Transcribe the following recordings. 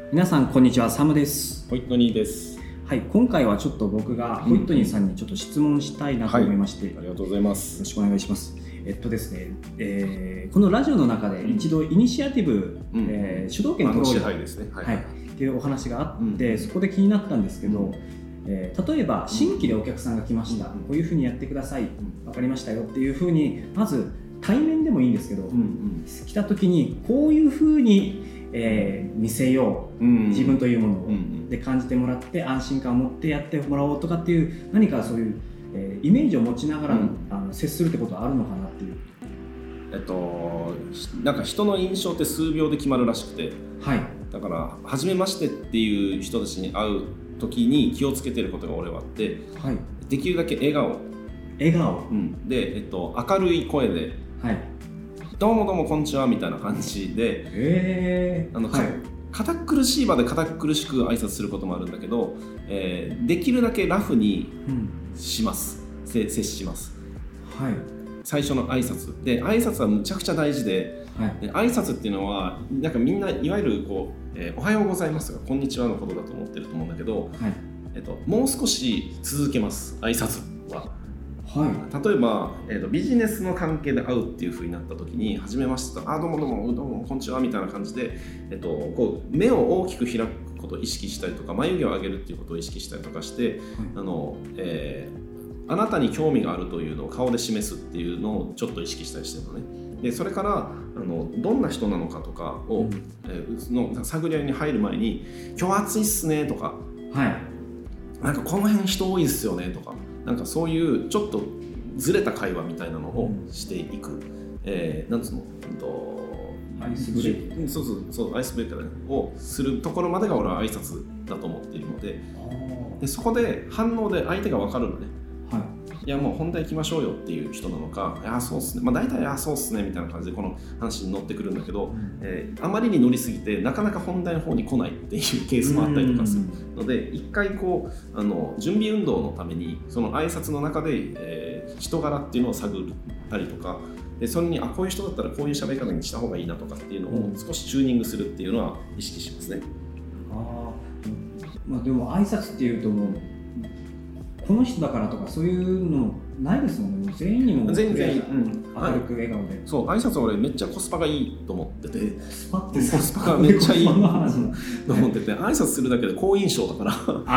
皆さんこんにちは、サムです。 ホイットニーです。 はい、今回はちょっと僕がホイットニーさんにちょっと質問したいなと思いまして、 ありがとうございます。 よろしくお願いします。ですね、このラジオの中で一度イニシアティブ、主導権取ろうよ、 支配ですね。はい、 っていうお話があって、そこで気になったんですけど、例えば新規でお客さんが来ました、こういうふうにやってください、分かりましたよっていうふうに、まず対面でもいいんですけど、来た時にこういうふうに見せよう、自分というものを、で感じてもらって安心感を持ってやってもらおうとかっていう何かそういう、イメージを持ちながら、接するってことはあるのかなっていう。 なんか人の印象って数秒で決まるらしくて、だから初めましてっていう人たちに会う時に気をつけてることが俺はあって、できるだけ笑顔、で、明るい声で、どうもどうもこんにちはみたいな感じで、堅苦しい場で堅苦しく挨拶することもあるんだけど、できるだけラフにします、接します。最初の挨拶で、挨拶はむちゃくちゃ大事で、挨拶っていうのはなんかみんないわゆるこう、おはようございますとかこんにちはのことだと思ってると思うんだけど、もう少し続けます、挨拶は。例えば、ビジネスの関係で会うっていう風になった時に、はじめましてと、どうもどうもどうもこんにちはみたいな感じで、こう目を大きく開くことを意識したりとか、眉毛を上げるっていうことを意識したりとかして、あなたに興味があるというのを顔で示すっていうのをちょっと意識したりしてるのね。でそれからどんな人なのかとかを、の探り合いに入る前に、今日暑いっすねとか、なんかこの辺人多いっすよねとか、なんかそういうちょっとずれた会話みたいなのをしていく、なんつうの、 アイスブレイク、 そうアイスブレイクをするところまでが俺は挨拶だと思っているので、そこで反応で相手が分かるのね。いやもう本題行きましょうよっていう人なのか、そうっすね、大体そうっすねみたいな感じでこの話に乗ってくるんだけど、あまりに乗りすぎてなかなか本題の方に来ないっていうケースもあったりとかするので、一回こう準備運動のためにその挨拶の中で、人柄っていうのを探ったりとか、でそれにこういう人だったらこういう喋り方にした方がいいなとかっていうのを少しチューニングするっていうのは意識しますね。 でも挨拶っていうともうこの人だからとかそういうのないですもんね。全員にも明るく笑顔で。 そう、挨拶は俺めっちゃコスパがいいと思ってて、 コスパがめっちゃいいと思ってて、挨拶するだけで好印象だから。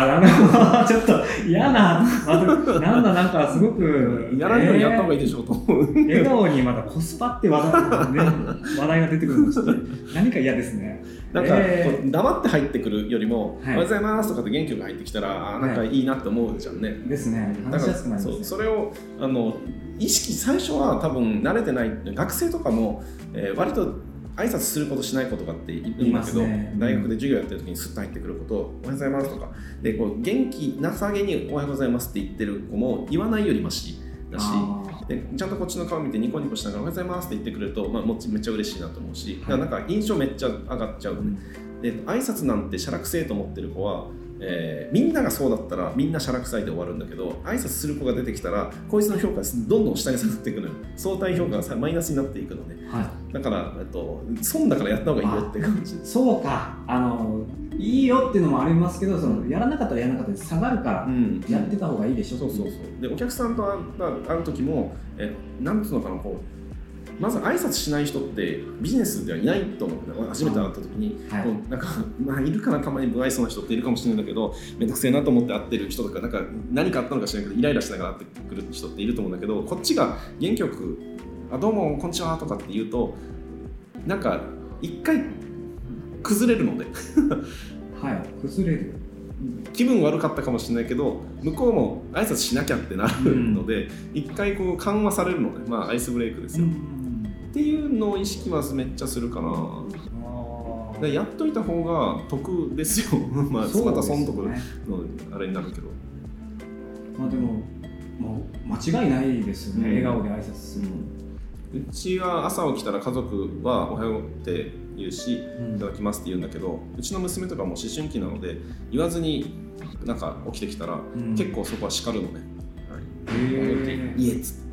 なるほど。ちょっと嫌な、なんかすごくやられるようにやった方がいいでしょうと思う。 笑顔にまたコスパって話題が出てくるのって何か嫌ですね。 なんか黙って入ってくるよりも、おはようございますとかって元気よく入ってきたら、なんかいいなって思うじゃんね。 ですね。話しやすくなりますね。 それを意識、最初は多分慣れてない学生とかも、割と挨拶することしないことかっているんだけど、大学で授業やってる時にスッと入ってくることをおはようございますとかで、こう元気なさげにおはようございますって言ってる子も言わないよりマシだし、でちゃんとこっちの顔見てニコニコしながらおはようございますって言ってくれると、めっちゃ嬉しいなと思うし、だからなんか印象めっちゃ上がっちゃうのね。で挨拶なんてしゃらくせえと思ってる子は、みんながそうだったらみんなしゃらくさいで終わるんだけど、挨拶する子が出てきたらこいつの評価がどんどん下に下がっていくのよ。相対評価がマイナスになっていくのね。だから損だからやった方がいいよって感じ。 そうか、いいよっていうのもありますけど、やらなかったらやらなかったで下がるからやってた方がいいでしょ。 でお客さんと会う時も、なんつうのかな、こうまず挨拶しない人ってビジネスではいないと思う。初めて会った時に、なんか、いるかな、たまに不愛想な人っているかもしれないんだけど、めんどくせえなと思って会ってる人とか、なんか何かあったのか知らないけどイライラしながら会ってくる人っていると思うんだけど、こっちが元気よくどうもこんにちはとかって言うと、なんか一回崩れるので崩れる、 気分悪かったかもしれないけど、向こうも挨拶しなきゃってなるので、一回こう緩和されるので、アイスブレイクですよ、っていうのを意識はめっちゃするかな。やっといた方が得ですよ。姿損得のあれになるけど、 でも間違いないですよね、笑顔で挨拶するの。 うちは朝起きたら家族はおはようって言うし、いただきますって言うんだけど、うちの娘とかも思春期なので言わずになんか起きてきたら、結構そこは叱るのね。いえっつって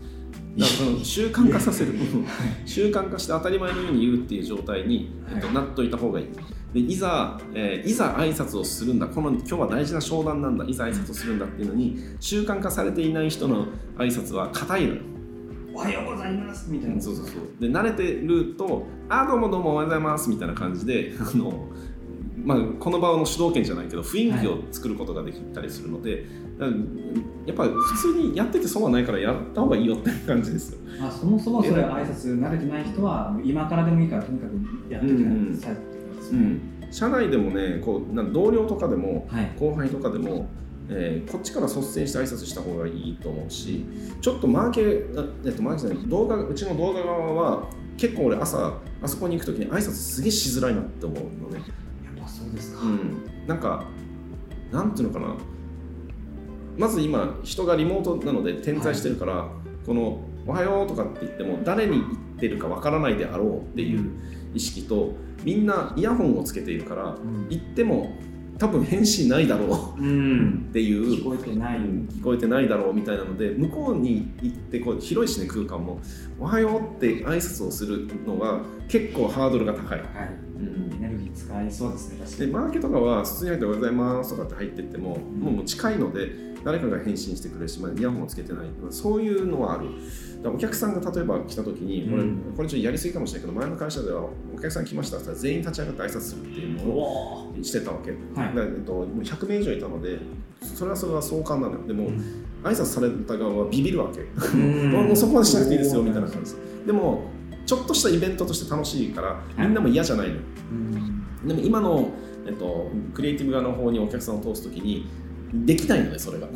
だからその習慣化させる習慣化して当たり前のように言うっていう状態に、なっといた方がいい。でいざ挨拶をするんだ、今日は大事な商談なんだ、いざ挨拶をするんだっていうのに習慣化されていない人の挨拶は硬いのよ。 おはようございますみたいな。 そうで慣れてるとどうもどうもおはようございますみたいな感じでこの場の主導権じゃないけど雰囲気を作ることができたりするので、やっぱり普通にやってて損はないからやった方がいいよって感じですよ。 そもそもそれ挨拶慣れてない人は今からでもいいからとにかくやってきなさいってことですね。 社内でもね同僚とかでも、後輩とかでも、こっちから率先して挨拶した方がいいと思うし、ちょっとマーケじゃないうちの動画側は結構俺あそこに行くときに挨拶すげえしづらいなって思うのね。 やっぱそうですか。 なんていうのかな、まず今人がリモートなので点在してるから、このおはようとかって言っても誰に言ってるかわからないであろうっていう意識と、みんなイヤホンをつけているから、言っても多分返信ないだろうっていう、 聞こえてないだろうみたいなので、向こうに行って広いしね、空間もおはようって挨拶をするのが結構ハードルが高い。 エネルギー使いそうですね。確かに。でマーケとかは普通に入っておはようございますとかって入ってっても、もう近いので誰かが返信してくれるし、イヤホンをつけてない、そういうのはある。お客さんが例えば来た時に、これちょっとやりすぎかもしれないけど、前の会社ではお客さん来ましたって全員立ち上がって挨拶するっていうのをしてたわけ。100名以上いたので、それは相関なのよ。でも、挨拶された側はビビるわけ。もうそこまでしなくていいですよみたいな感じ。でもちょっとしたイベントとして楽しいから、みんなも嫌じゃないのよ。でも今の、クリエイティブ側の方にお客さんを通すときにできないので、それが。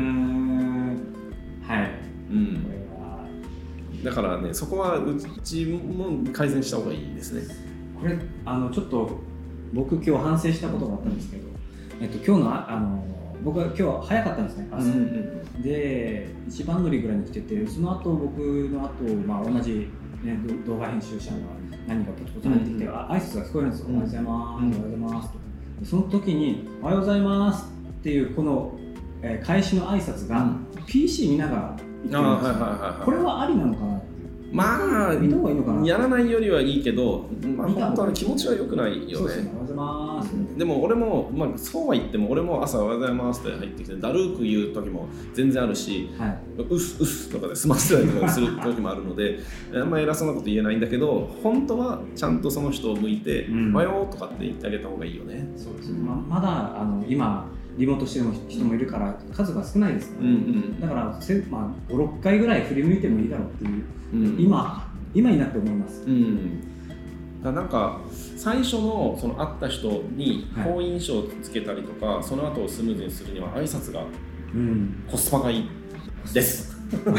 だからね、そこはうちも改善した方がいいですね。 これちょっと僕今日反省したことがあったんですけど、今日の僕は今日は早かったんですね、朝。で一番乗りぐらいに来てて、その後僕の後、同じ、動画編集者が何かポツポツ入ってきて、挨拶が聞こえるんですよ。おはようございます、おはようございますと。その時におはようございますっていうこの、開始の挨拶が PC 見ながら言ってるんですよ。これはありなのかなっていう。見た方がいいのかな。 やらないよりはいいけど、本当は気持ちは良くないよね。 そうですね。おはようございます。 でも俺も、そうは言っても俺も朝おはようございますって入ってきてだるく言う時も全然あるし、うっすとかで済ませたりとかする時もあるので、あんまり偉そうなこと言えないんだけど、本当はちゃんとその人を向いて、おはようとかって言ってあげた方がいいよね。 そうですね。まだ今リモートしてる人もいるから数が少ないですから、だから5、6回ぐらい振り向いてもいいだろうっていう、今になって思います。 なんか最初のその会った人に好印象をつけたりとか、その後をスムーズにするには挨拶がコスパがいいです。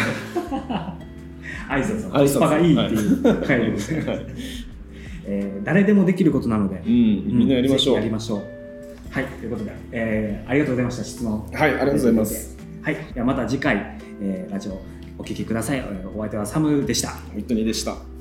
挨拶のコスパがいいっていう回ですね。誰でもできることなので、 みんなやりましょう。 やりましょう。はい、ということで、ありがとうございました。質問。 はい、ありがとうございます。 はい、ではまた次回、ラジオお聞きください。お相手はサムでした。 本当にでした。